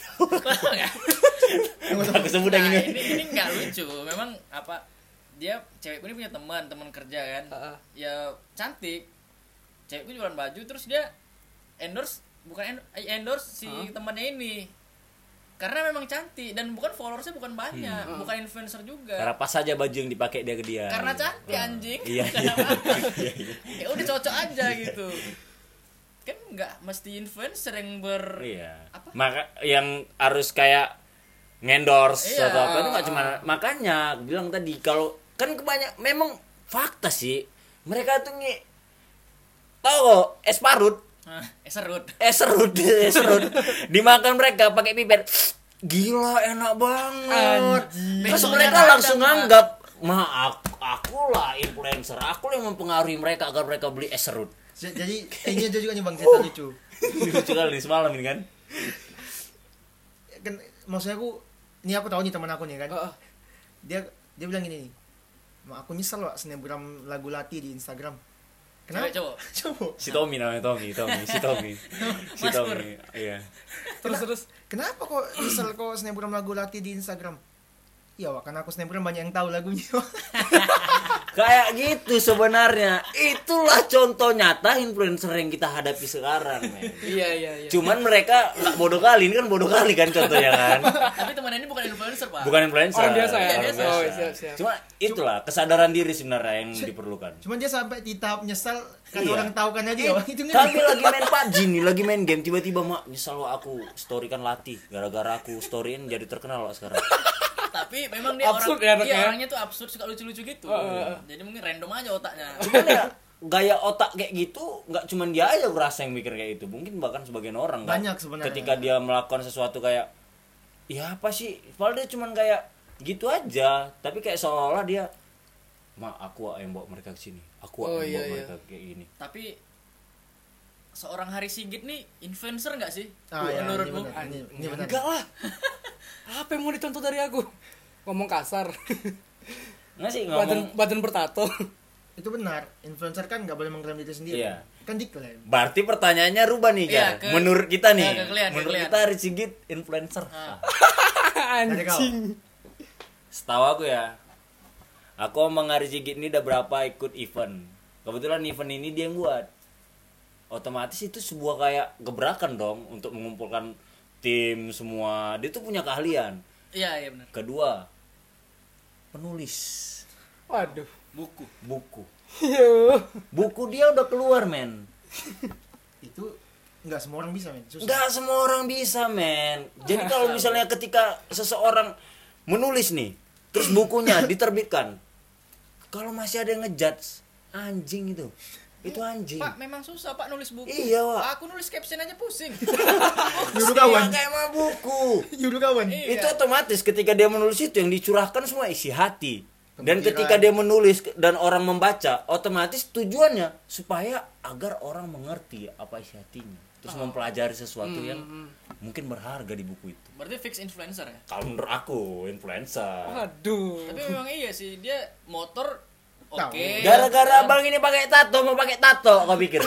Aku sebut yang ini. ini nggak lucu. Memang apa? Dia cewekku ini punya teman kerja kan. Ya cantik. Cewekku jualan baju terus dia endorse endorse si temannya ini. Karena memang cantik dan bukan followersnya bukan banyak, bukan influencer juga. Karena pas saja baju yang dipakai dia ke dia. Karena cantik anjing. Iya. Ya udah cocok aja gitu. Kan nggak mesti influencer yang Iya. Apa? Maka yang harus kayak ngendorse Iya. atau apa itu nggak cuma makanya aku bilang tadi kalau kan memang fakta sih mereka tuh tahu kok es parut serut dimakan mereka pakai pipet gila enak banget terus Besoknya mereka ada, langsung Pak. nganggap aku lah influencer aku yang mempengaruhi mereka agar mereka beli es serut. Jadi ini aja juga nih Bang, cerita lucu. Lucu kali nih semalam ini kan. Kan maksudnya aku tahu nih teman aku nih kan. Dia bilang gini nih. Aku nyesel loh snapgram lagu Lati di Instagram. Cewek cowok. Cowok. Si Tommy namanya Tommy. Iya. Terus Kenapa kok nyesel kok snapgram lagu Lati di Instagram? Iya, Wak, karena aku snapgram banyak yang tahu lagunya. Kayak gitu sebenarnya. Itulah contoh nyata influencer yang kita hadapi sekarang, men. Iya. Cuman mereka nggak bodoh kali, ini kan bodoh kali kan contohnya kan. Tapi teman ini bukan influencer, Pak. Bukan influencer. Orang biasa ya? Orang Biasa. biasa. Oh, siap. Cuma itulah kesadaran diri sebenarnya yang diperlukan. Cuman dia sampai di tahap nyesal kan Iya. orang tahu kan aja. Wak. Itu Kami lagi main PUBG nih, lagi main game tiba-tiba mak nyesal Wak, aku storykan Lati gara-gara aku storyin jadi terkenal Wak, sekarang. Tapi memang dia Absurd ya anaknya. orangnya tuh absurd, suka lucu-lucu gitu. Jadi mungkin random aja otaknya. Cuman ya gaya otak kayak gitu nggak cuman dia aja ngerasa yang mikir kayak itu, mungkin bahkan sebagian orang kan. Banyak sebenarnya. Ketika dia melakukan sesuatu kayak ya apa sih, padahal dia cuman kayak gitu aja, tapi kayak seolah-olah dia aku yang bawa mereka ke sini, aku yang bawa mereka kayak gini. Tapi seorang Hari Sigit nih influencer nggak sih? Ah, ya, Menurutmu? ini benar. Enggak lah. Apa yang mau dicontoh dari aku? Ngomong kasar. Nggak sih ngomong. Badan bertato. Itu benar, influencer kan nggak boleh mengklaim diri sendiri. Iya. Kan diklaim. Berarti pertanyaannya rubah nih, Iya, Jar. Menurut kita nih. Menurut kalian. kita Ari Sigit influencer. Anjing. Setahu aku ya. Aku sama Ari Sigit ini udah berapa ikut event. Kebetulan event ini dia yang buat. Otomatis itu sebuah kayak gebrakan dong untuk mengumpulkan tim semua. Dia tuh punya keahlian. Iya benar. Kedua, penulis Waduh. Buku. Buku dia udah keluar, men. Itu nggak semua orang bisa, men. Susah. Nggak semua orang bisa, men. Jadi kalau misalnya ketika seseorang menulis nih, terus bukunya diterbitkan, kalau masih ada yang ngejudge, anjing itu anjing. Pak, memang susah Pak nulis buku. Iya, Pak. Aku nulis caption aja pusing. Nyuruh kawan. Kayak mah buku. Nyuruh kawan. Iya. Itu otomatis ketika dia menulis itu yang dicurahkan semua isi hati. Dan Pemikiran. ketika dia menulis dan orang membaca, otomatis tujuannya supaya agar orang mengerti apa isi hatinya. Terus mempelajari sesuatu yang mungkin berharga di buku itu. Berarti fix influencer ya? Kalau menurut aku influencer. Waduh. Tapi memang iya sih, dia motor oke. Gara-gara abang ini pakai tato, mau pakai tato, kau pikir?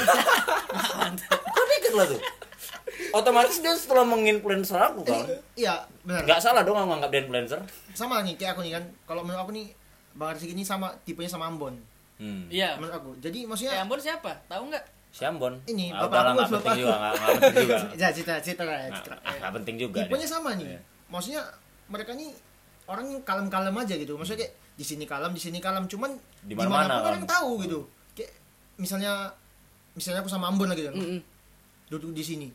Kau pikir lah tuh. Otomatis dia setelah menginfluencer aku kan. Iya, benar. Nggak salah dong aku nganggap dia influencer. Sama nih kayak aku nih kan. Kalau menurut aku nih Bang Arsik ini sama tipenya sama Ambon. Iya. Menurut aku. Jadi maksudnya Ambon siapa? Tahu nggak? Si Ambon. Ini, Ah, bapak udahlah, aku, nggak bapak penting aku. juga, nggak penting juga. ya cita lah. Nggak penting juga. Tipenya dia. sama nih. Iya. Maksudnya mereka nih orang yang kalem-kalem aja gitu. Maksudnya kayak di sini kalem, cuman Di mana-mana dimanapun orang kalem. tahu gitu. Kayak misalnya aku sama Ambon lagi kan. Duduk di sini.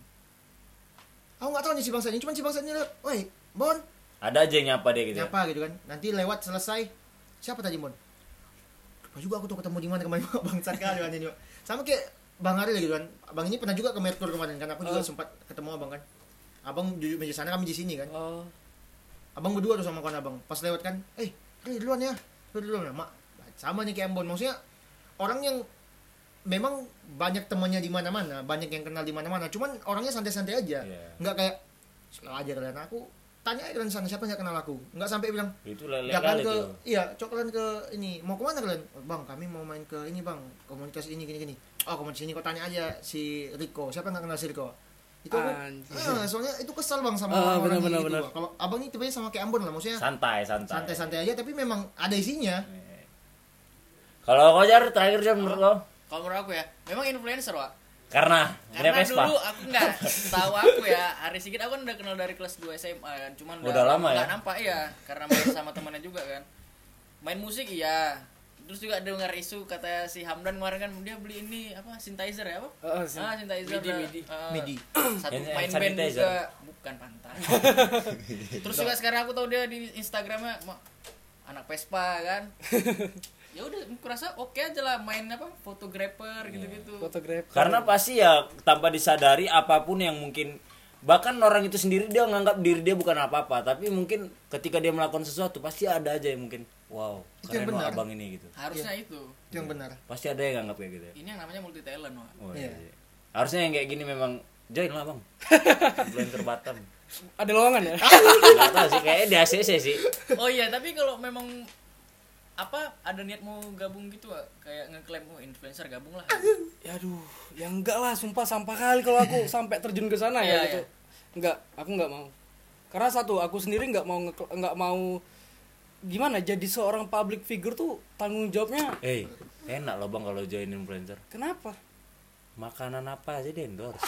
Aku nggak tahu nih si bangsa ini, cuman si bangsa ini lihat, "Woi, Bon." Ada aja yang nyapa dia gitu. Nyapa gitu kan. Nanti lewat selesai. Siapa tadi, Bon? Lupa juga aku tuh ketemu di mana kemarin bangsat kali kan ini. Sama kayak Bang Ari gitu kan. Abang ini pernah juga ke Merkur kemarin kan. Aku juga sempat ketemu Abang kan. Abang duduk meja sana, kami di sini kan. Oh. Abang berdua tuh sama kawan Abang. Pas lewat kan, duluan ya. Lu duluan ya, Mak. Sama nih kayak Ambon. Maksudnya orang yang memang banyak temannya di mana-mana, banyak yang kenal di mana-mana. Cuman orangnya santai-santai aja. Iya. Nggak kayak "Selalu aja kalian aku tanya aja kalian sana siapa nggak kenal aku." Nggak sampai bilang, Itu lele "Jangan kali ke tuh. iya, cok kalian ke ini. Mau kemana kalian?" "Bang, kami mau main ke ini, Bang. Komunitas ini gini-gini." "Oh, komunitas ini kau tanya aja si Riko. Siapa nggak kenal si Riko?" Itu aku, soalnya itu kesal Bang sama orang benar, gitu. benar. Kalau Abang ini tipenya sama kayak Ambon lah, maksudnya santai-santai aja tapi memang ada isinya. Kalau kau Jar terakhir Jar menurut kau? Kalau menurut aku ya, memang influencer, Wak. Karena Dulu aku nggak tahu aku ya, Ari Sigit aku kan udah kenal dari kelas 2 SMA kan, cuman Udah lama ya? nggak nampak ya, karena main sama temannya juga kan. Main musik iya. Terus juga dengar isu kata si Hamdan kemarin kan dia beli ini apa synthesizer ya apa? Synthesizer Midi. Satu Yang main band sanitizer. juga bukan pantai. Terus juga sekarang aku tahu dia di Instagramnya anak Vespa kan. Ya udah aku rasa oke aja lah main apa fotografer gitu-gitu. Fotografer. Karena pasti ya tanpa disadari apapun yang mungkin bahkan orang itu sendiri dia nganggap diri dia bukan apa-apa, tapi mungkin ketika dia melakukan sesuatu pasti ada aja yang mungkin wow, Itu yang keren loh benar. abang ini gitu. Harusnya itu. Itu yang benar. Pasti ada yang nganggap kayak gitu ya. Ini yang namanya multi talent, Wak. Oh, Iya. iya. Harusnya yang kayak gini memang join lah bang. Influencer Batam. Ada lowongan ya? Nggak tahu sih kayaknya di ACC sih. Oh iya, tapi kalau memang apa ada niat mau gabung gitu Wak? Kayak ngeklaim influencer gabung lah. Ya aduh, ya enggak lah, sumpah sampah kali kalau aku sampai terjun ke sana ya Iya, gitu. iya. Enggak, aku enggak mau. Karena satu, aku sendiri enggak mau gimana jadi seorang public figure tuh tanggung jawabnya. Enak loh bang kalau join influencer. Kenapa? Makanan apa aja di endorse.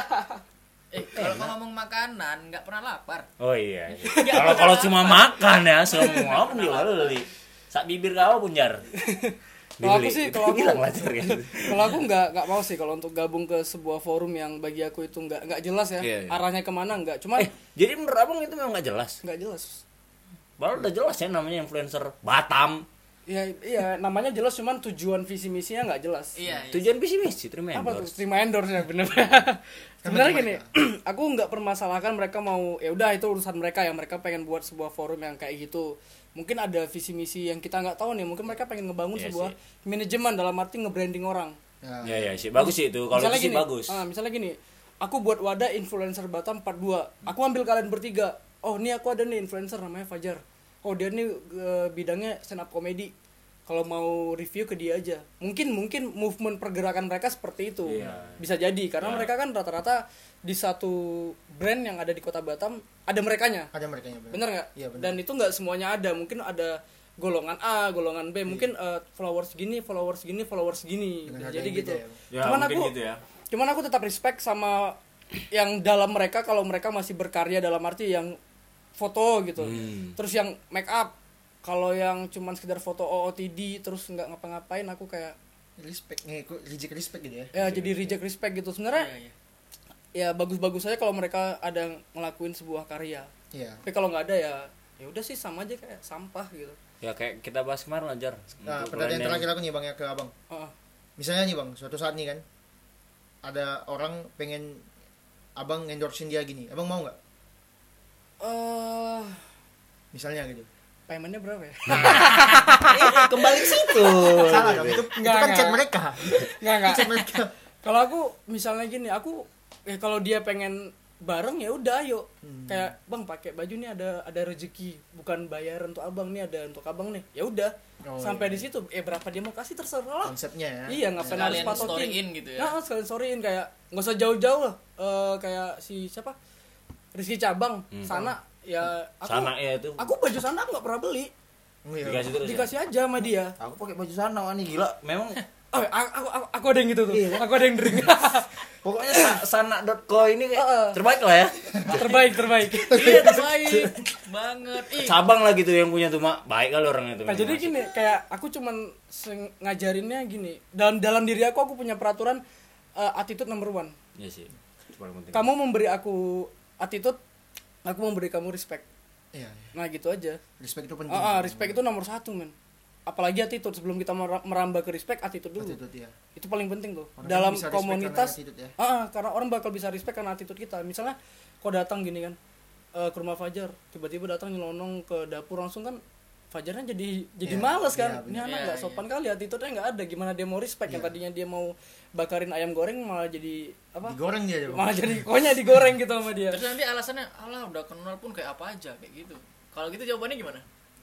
Kalau ngomong makanan nggak pernah lapar. Oh iya. Kalau cuma makan ya semua pun dibeli. Sak bibir kau pun Jar. Kalau aku sih, kalau aku bilang lah Jar gitu. kalau aku nggak mau sih kalau untuk gabung ke sebuah forum yang bagi aku itu nggak jelas ya. Iya, iya. Arahnya kemana nggak. Cuman Jadi menurut abang itu memang nggak jelas. nggak jelas. Baru udah jelas ya namanya influencer Batam. Iya, namanya jelas, cuman tujuan visi misinya nggak jelas. Iya. Tujuan visi misi terima Apa tuh? endorse. Terima endorse ya bener. Sebenarnya gini, aku nggak permasalahkan mereka mau, ya udah itu urusan mereka yang mereka pengen buat sebuah forum yang kayak gitu. Mungkin ada visi misi yang kita nggak tahu nih. Mungkin mereka pengen ngebangun Iya sebuah manajemen dalam arti nge-branding orang. Ya sih bagus sih itu. Kalau itu sih bagus. Misalnya gini, aku buat wadah influencer Batam part 2. Aku ambil kalian bertiga. oh ini aku ada nih influencer namanya Fajar, oh dia nih bidangnya stand up comedy, kalau mau review ke dia aja. Mungkin movement pergerakan mereka seperti itu. Bisa jadi karena mereka kan rata-rata di satu brand yang ada di Kota Batam ada merekanya. Ada merekanya. Bener nggak? Iya, bener. Dan itu nggak semuanya ada. Mungkin ada golongan A, golongan B. Mungkin followers gini. Bisa jadi gitu. Ya, Cuman aku tetap respect sama yang dalam mereka kalau mereka masih berkarya, dalam arti yang foto gitu. Terus yang make up. Kalau yang cuman sekedar foto OOTD terus nggak ngapa-ngapain, aku kayak Respect respect gitu ya. Ya jadi reject respect gitu. Sebenarnya ya bagus-bagus aja kalau mereka ada ngelakuin sebuah karya. Iya. Tapi kalau nggak ada ya udah sih sama aja kayak sampah gitu. Ya kayak kita bahas kemarin Jar. Nah, pertanyaan terakhir aku nih Bang ya ke Abang. Misalnya nih Bang, suatu saat nih kan ada orang pengen Abang endorsein dia gini. Abang mau nggak? Misalnya gitu. Paymentnya berapa ya? Kembali ke situ. Salah dong, itu kan chat mereka. Enggak. Chat mereka. Kalau aku misalnya gini, aku kalau dia pengen bareng ya udah ayo. Kayak Bang pakai baju nih ada rezeki, bukan bayar untuk Abang nih, ada untuk Abang nih. Ya udah. Sampai di situ berapa dia mau kasih terserah lah. Konsepnya ya. Iya, ngapain harus patokin. Storyin gitu ya. Nah, sekalian storyin kayak nggak usah jauh-jauh lah. Kayak si siapa? Rizky Cabang sana ya itu. Aku baju sana aku nggak pernah beli. Dikasih terus. Dikasih aja sama dia. Aku pakai baju sana nih gila. Memang Aku ada yang gitu tuh. Aku ada yang drink. pokoknya sana.co ini kayak terbaik lah ya. terbaik. Iya terbaik banget. Cabang lah gitu yang punya tuh Mak. Baik kali orangnya tuh. Nah, jadi gini, kayak aku cuman ngajarinnya gini. Dalam diri aku punya peraturan attitude number 1. Iya sih. Paling penting. Kamu memberi aku attitude, aku memberi kamu respect. Iya. Nah, gitu aja. Respect itu penting. Respect itu nomor 1, men. Apalagi attitude, sebelum kita merambah ke respect, attitude dulu. Attitude, ya. Itu paling penting tuh. Orang dalam bisa komunitas. ya. Karena orang bakal bisa respect karena attitude kita. Misalnya kau datang gini kan ke rumah Fajar, tiba-tiba datang nyelonong ke dapur, langsung kan Fajarnya jadi males kan. Ini anak nggak sopan kali, attitude-nya nggak ada. Gimana dia mau respect? Yang tadinya dia mau bakarin ayam goreng malah jadi apa? Digoreng dia aja. Malah jadi pokoknya digoreng gitu sama dia. Terus nanti alasannya, alah udah kenal pun kayak apa aja kayak gitu. Kalau gitu jawabannya gimana?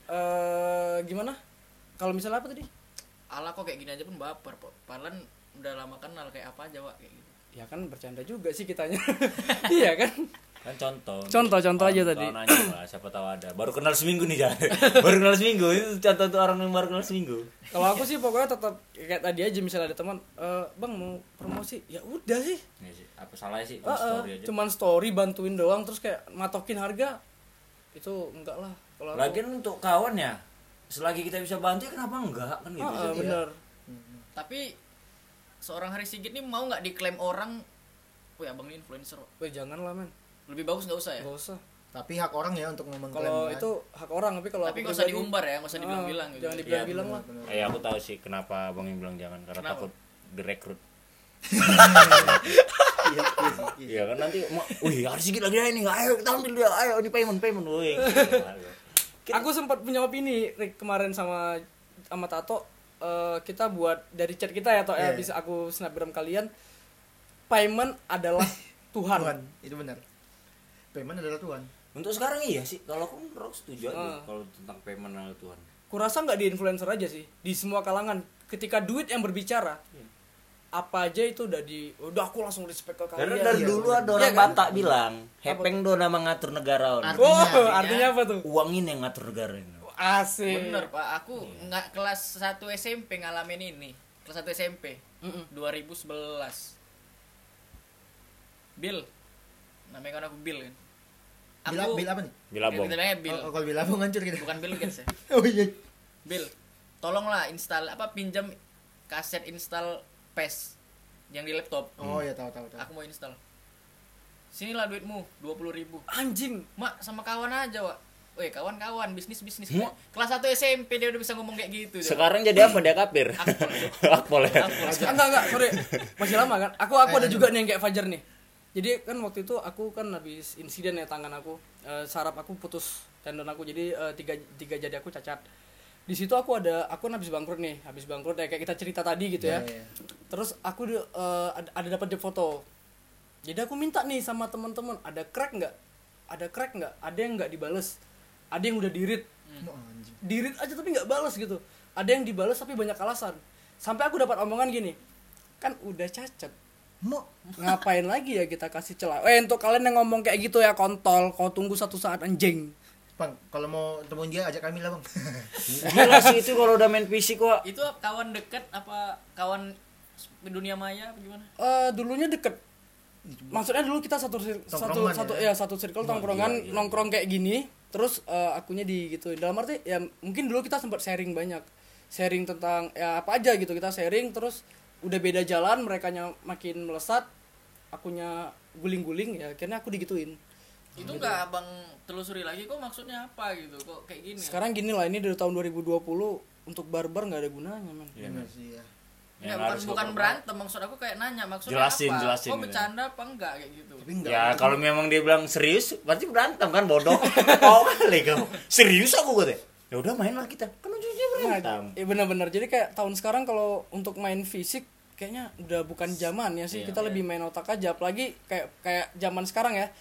Gimana? Kalau misalnya apa tadi? Alah kok kayak gini aja pun baper, padahal udah lama kenal kayak apa aja, Wak, kayak gitu. Ya kan bercanda juga sih kitanya. Iya kan? Kan contoh aja tadi. Nanya lah, siapa tahu ada. Baru kenal seminggu nih Jar. Baru kenal seminggu. Itu contoh tuh orang yang baru kenal seminggu. Kalau aku sih pokoknya tetap kayak tadi aja, misalnya ada teman, Bang mau promosi, ya udah sih. Ya sih. Apa salahnya sih? Story aja. Cuman story bantuin doang, terus kayak matokin harga itu enggak lah. Kalau lagian untuk kawan ya, selagi kita bisa bantu kenapa enggak kan gitu. Bener. Tapi seorang Hari Sigit nih mau nggak diklaim orang, wih abang ini influencer. Weh jangan lah men. Lebih bagus nggak usah ya? Nggak usah. Tapi hak orang ya untuk ngomong. Kalau itu hak orang, tapi kalau nggak usah diumbar ya, nggak usah dibilang-bilang gitu. Jangan dibilang-bilang lah. Aku tahu sih kenapa abang yang bilang jangan, karena takut direkrut. Iya kan nanti, wih Hari Sigit lagi ini, ayo kita ambil dia, ayo ini payment, wih. Aku sempat punya opini Rick, kemarin sama Tato, kita buat dari chat kita ya, ya bisa aku snapgram kalian. Payment adalah Tuhan. Itu benar. Payment adalah Tuhan. Untuk sekarang iya sih, kalau aku setuju aja kalau tentang payment adalah Tuhan. Kurasa nggak di influencer aja sih, di semua kalangan. Ketika duit yang berbicara, apa aja itu udah aku langsung respect ke kalian. Karena dari dulu ada orang Batak bilang, hepeng do nama ngatur negara. Artinya apa tuh? Uang ini yang ngatur negara ini. Asik. Bener Pak, aku nggak kelas 1 SMP ngalamin ini. Kelas 1 SMP 2011. Bill, namanya kan aku Bill kan. Bill apa nih? Bill Abong. Kita namanya Bill. Kalau Bill Abong hancur gitu. Bukan Bill Gates ya. Oh iya. Bill, tolonglah pinjam kaset install PES yang di laptop. Oh iya tahu. Aku mau install. Sinilah duitmu, 20.000. Anjing. Mak sama kawan aja, Wak. Weh, kawan-kawan, bisnis. Kelas 1 SMP dia udah bisa ngomong kayak gitu. Sekarang jadi apa dia kafir? Akpol ya. Enggak, sorry. Masih lama kan? Aku ada juga nih yang kayak Fajar nih. Jadi kan waktu itu aku kan habis insiden ya, tangan aku, saraf aku putus tendon aku, jadi tiga jari aku cacat. Di situ aku habis bangkrut ya, kayak kita cerita tadi gitu ya. Terus aku ada dapat foto. Jadi aku minta nih sama teman-teman, ada crack nggak? ada crack nggak, ada yang nggak dibales, ada yang udah di-read aja tapi nggak balas gitu, ada yang dibales tapi banyak alasan. Sampai aku dapat omongan gini, kan udah cacat, ngapain lagi ya kita kasih celah. Untuk kalian yang ngomong kayak gitu ya kontol, kau tunggu satu saat anjing. Bang, kalau mau temuin dia ajak kami lah bang. Gila sih itu kalau udah main fisik kok. Itu kawan dekat apa kawan dunia maya apa gimana? Dulunya deket. Maksudnya dulu kita satu circle tongkrongan, nongkrong kayak gini. Terus akunya di gitu. Dalam arti ya mungkin dulu kita sempat sharing banyak. Sharing tentang ya apa aja gitu, kita sharing terus udah beda jalan, merekanya makin melesat, akunya guling-guling ya akhirnya aku digituin. Itu nggak abang telusuri lagi kok maksudnya apa gitu, kok kayak gini? Sekarang gini lah, ini dari tahun 2020 untuk barbar nggak ada gunanya men. Iya sih ya. Ya, bukan berantem, maksud aku kayak nanya maksudnya Jelasin apa? gitu. Kok bercanda apa enggak kayak gitu? Tapi enggak. Ya kalau memang dia bilang serius, pasti berantem kan bodoh. Oh kali kamu. Serius aku kata. Ya udah main lah kita. Kan ujungnya berantem. Iya benar-benar. Jadi kayak tahun sekarang kalau untuk main fisik kayaknya udah bukan zaman ya sih. Kita lebih main otak aja, apalagi kayak zaman sekarang ya.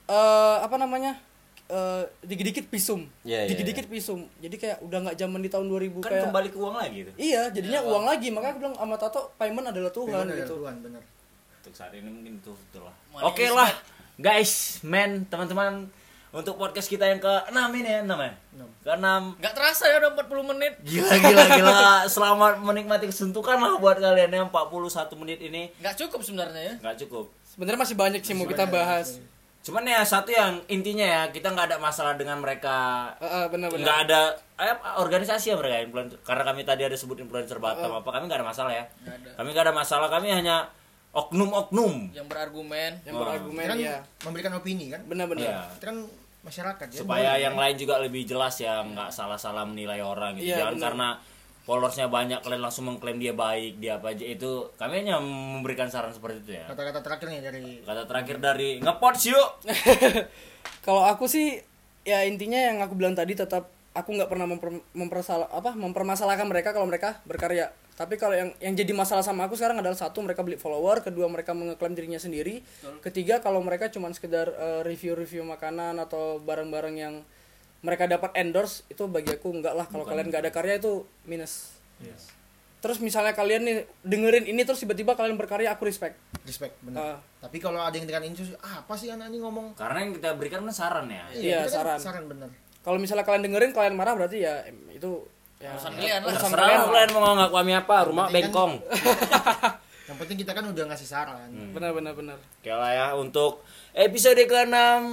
Dikit-dikit pisum. Dikit-dikit pisum. Jadi kayak udah enggak zaman di tahun 2000 Kan kayak kembali ke uang lagi tuh. Iya, jadinya uang lagi. Makanya aku bilang sama Tato, payment adalah Tuhan gitu. Tuhan, benar. Untuk saat ini mungkin itu betul lah. Money Oke is lah, guys, teman-teman, untuk podcast kita yang ke-6 ini ya, 6 ya? Ke-6. Nggak terasa ya udah 40 menit. Gila. Selamat menikmati kesuntukan lah buat kalian yang 41 menit ini. Nggak cukup sebenarnya ya. Nggak cukup. Sebenarnya masih banyak sih mau kita bahas. Cuman ya satu yang intinya ya, kita nggak ada masalah dengan mereka. Benar-benar. Nggak ada organisasi ya mereka influencer. Karena kami tadi ada sebut influencer Batam apa, kami nggak ada masalah ya. Kami nggak ada masalah, kami hanya oknum-oknum Yang berargumen. Kita kan ya. memberikan opini kan. Benar-benar. ya, Kita kan masyarakat ya. supaya yang lain juga lebih jelas ya, nggak salah-salah menilai orang gitu. Iya, Jangan benar. karena followersnya banyak kalian langsung mengklaim dia baik, dia apa aja. Itu kami hanya memberikan saran seperti itu ya. Kata-kata terakhirnya dari Kata terakhir dari ngepots yuk. Kalau aku sih ya intinya yang aku bilang tadi, tetap aku nggak pernah mempermasalahkan mereka kalau mereka berkarya. Tapi kalau yang jadi masalah sama aku sekarang adalah satu, mereka beli follower, kedua mereka mengeklaim dirinya sendiri, ketiga kalau mereka cuma sekedar review-review makanan atau barang-barang yang mereka dapat endorse, itu bagi aku enggak lah. Kalau kalian nggak ada karya itu minus. Yes. Terus misalnya kalian nih dengerin ini terus tiba-tiba kalian berkarya, aku respect. benar. Tapi kalau ada yang dengan ini apa sih anak ini ngomong? Karena yang kita berikan kan saran ya. Iya, kita kan saran. Saran benar. Kalau misalnya kalian dengerin, kalian marah, berarti ya itu ya Urusan kalian lah. urusan Terserah kalian mau nganggap kami apa, rumah Yang penting bengkong. Yang penting kita kan udah ngasih saran. benar. Oke lah ya, untuk episode ke-6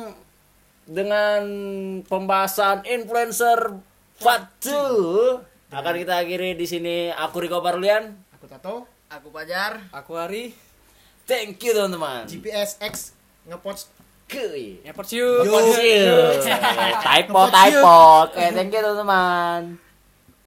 dengan pembahasan influencer Fatu akan kita akhiri di sini. Aku Riko Parlian. Aku Tato. Aku Pajar. Aku Hari. Thank you teman-teman. GPS X ngepots. Kuy. Ya, pursue. Typo. Oke, thank you teman-teman.